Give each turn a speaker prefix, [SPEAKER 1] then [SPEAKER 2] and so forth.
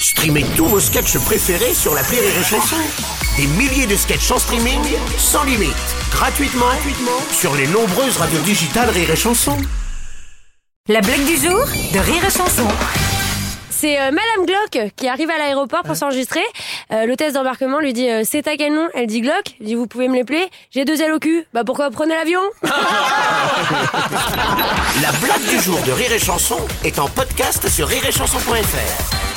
[SPEAKER 1] Streamez tous vos sketchs préférés sur l'appli Rire et Chanson. Des milliers de sketchs en streaming, sans limite, gratuitement sur les nombreuses radios digitales Rire et Chanson.
[SPEAKER 2] La blague du jour de Rire et Chanson.
[SPEAKER 3] C'est Madame Glock qui arrive à l'aéroport pour s'enregistrer. L'hôtesse d'embarquement lui dit c'est à quel nom? Elle dit Glock. Il dit vous pouvez me l'appeler? J'ai 2 ailes au cul. Bah pourquoi prenez l'avion?
[SPEAKER 1] La blague du jour de Rire et Chanson est en podcast sur rireetchanson.fr.